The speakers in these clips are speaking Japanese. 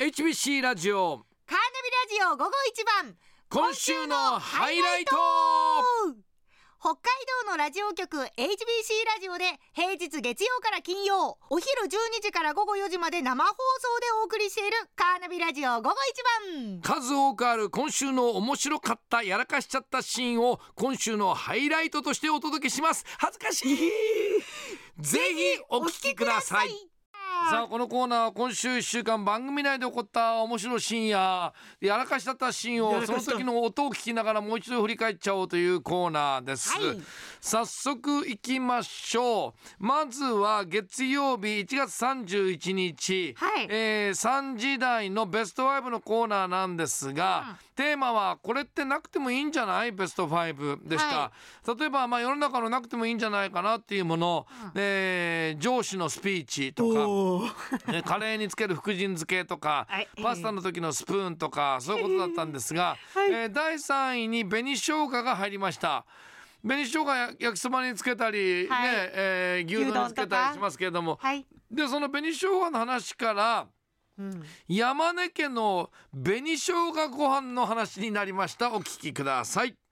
HBC ラジオカーナビラジオ午後一番今週のハイライト。 北海道のラジオ局 HBC ラジオで平日月曜から金曜お昼12時から午後4時まで生放送でお送りしているカーナビラジオ午後一番。 数多くある今週の面白かったやらかしちゃったシーンを今週のハイライトとしてお届けします。恥ずかしいぜひお聞きください。さあこのコーナーは今週1週間番組内で起こった面白いシーンややらかしだったシーンをその時の音を聞きながらもう一度振り返っちゃおうというコーナーです、 はい、 早速いきましょう。まずは月曜日1月31日、 はい 3時台のベスト5のコーナーなんですが、テーマはこれってなくてもいいんじゃないベスト5でした、例えば世の中のなくてもいいんじゃないかなっていうもの、上司のスピーチとかカレーにつける福神漬けとか、パスタの時のスプーンとかそういうことだったんですが、第3位に紅生姜が入りました。紅生姜焼きそばにつけたり、牛丼につけたりしますけれども、でその紅生姜の話から、山根家の紅生姜ご飯の話になりました。お聞きください。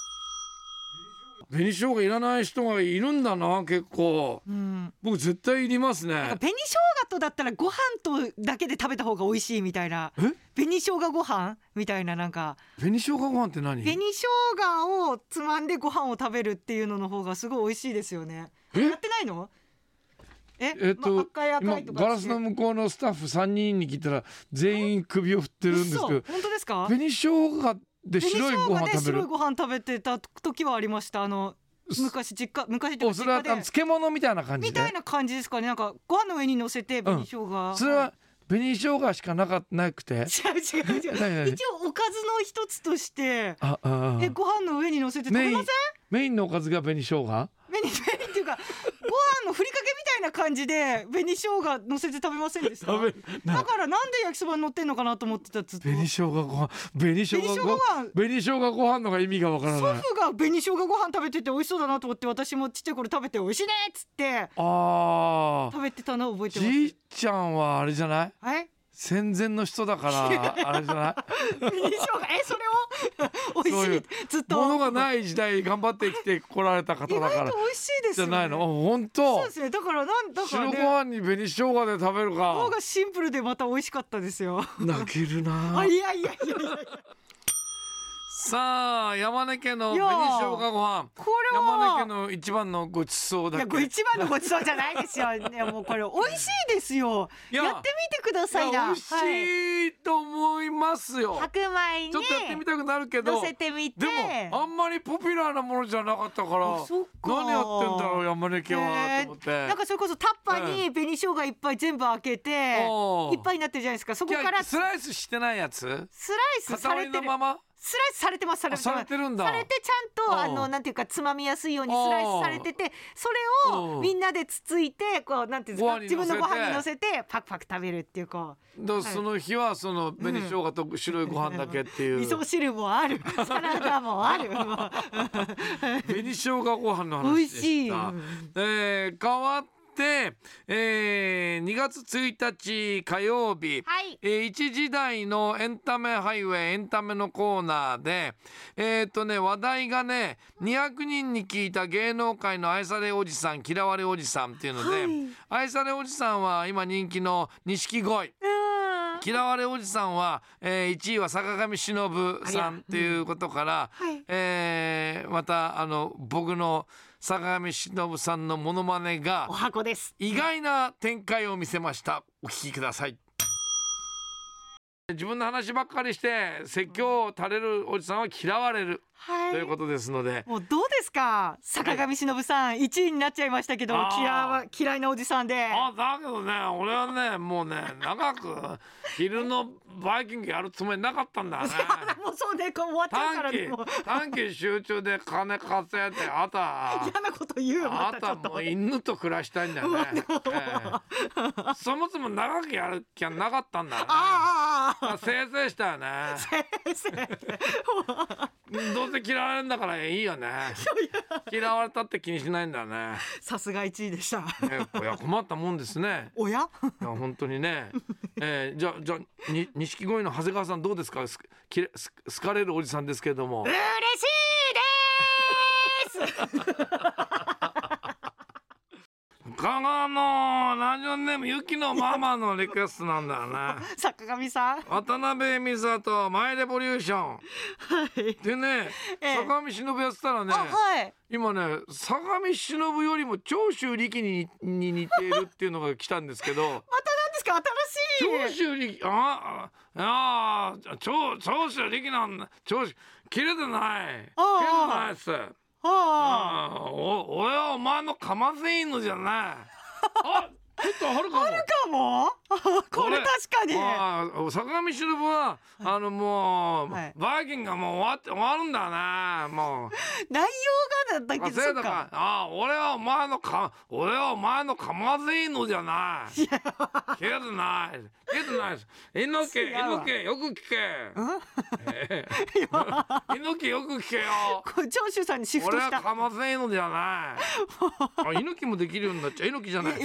紅生姜いらない人がいるんだな結構、僕絶対いりますね。 紅生姜とだったらご飯とだけで食べた方が美味しいみたいな。紅生姜ご飯みたいな。なんか紅生姜ご飯って何？ 紅生姜をつまんでご飯を食べるっていうのの方がすごい美味しいですよね。やってないの？赤い赤いとかガラスの向こうのスタッフ3人に聞いたら全員首を振ってるんですけど、 本当ですか？ 紅生姜で白いご飯食べる。 白いご飯食べてた時はありました。昔っていうか実家でそれは漬物みたいな感じでみたいな感じですかね。なんかご飯の上に乗せて紅生姜、 それは紅生姜しかなくて違う一応おかずの一つとしてご飯の上に乗せて食べません？ メインのおかずが紅生姜？ メインっていうかご飯のふりかけみたいな感じで紅生姜乗せて食べませんでした？だからなんで焼きそばに乗ってんのかなと思ってた。ずっと紅生姜ご飯紅生姜ご飯のが意味がわからない。 祖父が紅生姜ご飯食べてて美味しそうだなと思って、私もちっちゃい頃食べて美味しいねっつって食べてたのを覚えてます。 じいちゃんはあれじゃない？戦前の人だからあれじゃない？ 紅生姜それを美味しいずっと物がない時代頑張ってきてこられた方だから意外と美味しいですよね。 じゃないの？本当？ そうですね。だから白ご飯に紅生姜で食べるか。 方がシンプルでまた美味しかったですよ。 泣けるな。 いやさあ山根家の紅生姜ご飯、 これは山根家の一番のごちそうだっけ？ 一番のごちそうじゃないですよ。もうこれ美味しいですよ。やってみてくださいな。 美味しいと思いますよ。 白米にちょっとやってみたくなるけど乗せてみて、 でもあんまりポピュラーなものじゃなかったから何やってんだろう山根家はと思って、 なんかそれこそタッパーに紅生姜いっぱい全部開けていっぱいになってるじゃないですか。そこからスライスしてないやつ？ スライスされてる。 塊のままスライスされてます。 されてるんだ。 されてちゃんとなんていうかつまみやすいようにスライスされてて、それをみんなでつついてこうなんていうんですか、自分のご飯に乗せてパクパク食べるっていうその日はその紅生姜と白いご飯だけっていう、 味噌汁もあるサラダもある紅生姜ご飯の話でした。 美味しい。 変わって2月1日火曜日、1時台のエンタメハイウェイエンタメのコーナーで話題がね200人に聞いた芸能界の愛されおじさん嫌われおじさんっていうので、愛されおじさんは今人気の錦鯉、嫌われおじさんは、1位は坂上忍さんっていうことから、また僕の坂上忍さんのモノマネがお箱です。 意外な展開を見せました。お聞きください。自分の話ばっかりして説教を垂れるおじさんは嫌われる、ということですので、 もうどうですか坂上忍さん、1位になっちゃいましたけど嫌いなおじさんで。 だけどね俺はねもうね長く昼のバイキングやるつもりなかったんだよね。 もうそうね終わっちゃうからね。 短期集中で金稼いで嫌なこと言うよ。 あたもう犬と暮らしたいんだよね、そもそも長くやる気はなかったんだよね。せいせいしたよね。 どうせ嫌われるんだからいいよね。嫌われたって気にしないんだよね。 さすが1位でした。 いや困ったもんですね。 おやいや本当にね。じゃあ錦鯉の長谷川さんどうですか。好かれるおじさんですけれども。 嬉しいです香川のラジオネームゆきのママのリクエストなんだよね。 坂上さん。 渡辺美里マイレボリューション。 はい。 でね、坂上忍やってたらね、 はい。 今ね坂上忍よりも長州力に似ているっていうのが来たんですけど。 また何ですか新しい。 長州力長州力なんだ。切れてない切れてないっす。俺はお前のかませ犬じゃない。あ、ちょっとあるかも。 あるかも。これ確かに。 坂上忍はもう、 はい、 バイキンがもう終わるんだね。もう内容がだけどそっか。 俺はお前のかませ犬じゃない。切れてないです。猪木よく聞け。猪木よく聞けよ。 長州さんにシフトした。 俺はかませ犬じゃない。猪木もできるようになっちゃう。猪木じゃない。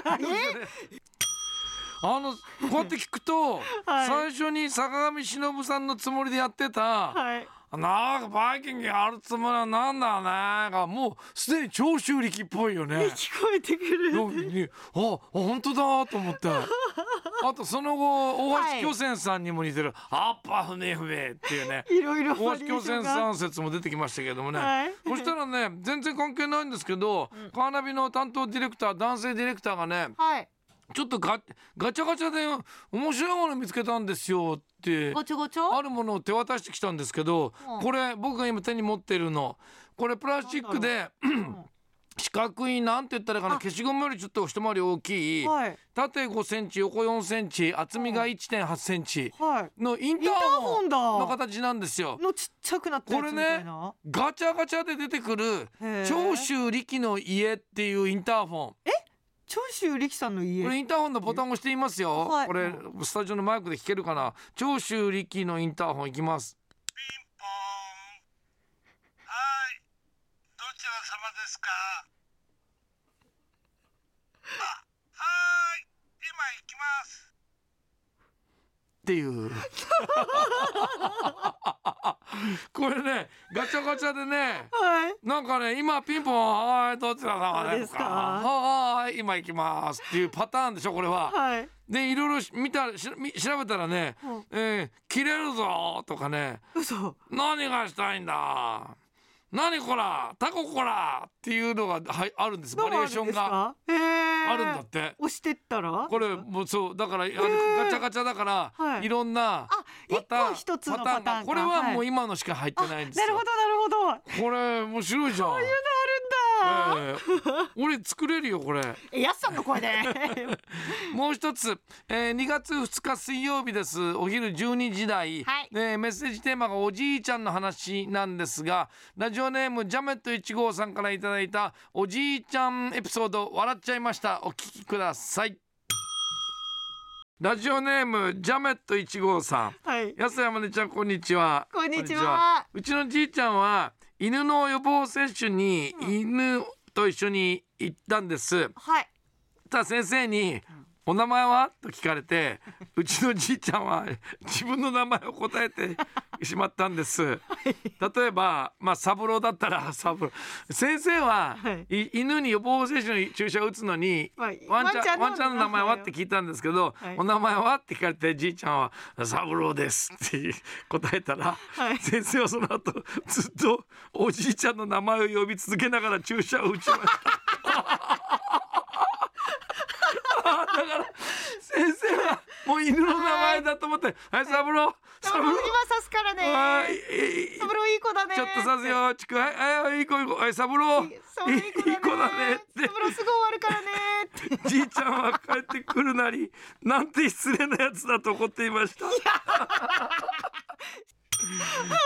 こうやって聞くと、はい、最初に坂上忍さんのつもりでやってた、はい、なんかバイキングやるつもりはなんだねがもうすでに長州力っぽいよね。 聞こえてくる。 本当だと思って。あとその後大橋巨泉さんにも似てる、あっぱふねふねっていうね、 いろいろ大橋巨泉さん説も出てきましたけどもね、はい、そしたらね全然関係ないんですけど、カーナビの担当ディレクター男性ディレクターがね、はい、ちょっとガチャガチャで面白いもの見つけたんですよってガチャガチャあるものを手渡してきたんですけど、これ僕が今手に持ってるのこれプラスチックで四角いなんて言ったらいいかな、消しゴムよりちょっと一回り大きい、はい、縦5センチ横4センチ厚みが 1.8 センチのインターホンの形なんですよ。 のちっちゃくなったやつみたいな。 これねガチャガチャで出てくる長州力の家っていうインターホン。 長州力さんの家。 これインターホンのボタンを押してみますよ、はい、これスタジオのマイクで聞けるかな。長州力のインターホンいきます。 ピンポン。はいどちら様ですか。はい今行きますっていうこれねガチャガチャでね、はい、なんかね今ピンポンはいどちら様ですか。はい今行きますっていうパターンでしょこれは、はい、でいろいろ調べたらね、切れるぞとかね、 嘘何がしたいんだ何こらタコこらっていうのが、はい、あるんです。バリエーションがあるんだって。 押してったらこれもうそうだからガチャガチャだから、はい、いろんなパターン一つのパターンこれはもう今のしか入ってないんですよ。 なるほどなるほど。 これ面白いじゃん。 そういうのあるんだ、 俺作れるよこれ。 やすさんの声でもう一つ、2月2日水曜日です。お昼12時台、はい、メッセージテーマがおじいちゃんの話なんですが、ラジオネームジャメット1号さんからいただいたおじいちゃんエピソード笑っちゃいました。お聞きください。ラジオネームジャメット1号さん、はい、安山根ちゃんこんにちは。 こんにちは。 うちのじいちゃんは犬の予防接種に犬と一緒に行ったんです、はい、ただ先生にお名前はと聞かれてうちのじいちゃんは自分の名前を答えてしまったんです、はい、例えば三郎だったら三郎。先生は、はい、犬に予防接種の注射を打つのに、はい、ワンちゃんの名前はって聞いたんですけど、はい、お名前はって聞かれてじいちゃんは三郎ですって答えたら、はい、先生はその後ずっとおじいちゃんの名前を呼び続けながら注射を打ちましただから先生はもう犬の名前だと思って、はい、サブロー今刺すからね。サブローいい子だね。 ちょっと刺すよちくはいい子はいサブローいい子だねってサブローすぐ終わるからねってじいちゃんは帰ってくるなりなんて失礼なやつだと怒っていました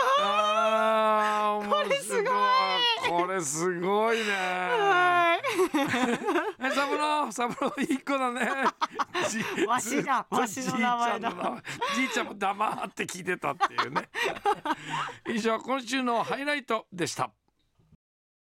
これすごいこれすごいね、はい、 三郎いい子だね。 わしだ、わしの名前だ。 じいちゃんも黙って聞いてたっていうね。以上今週のハイライトでした。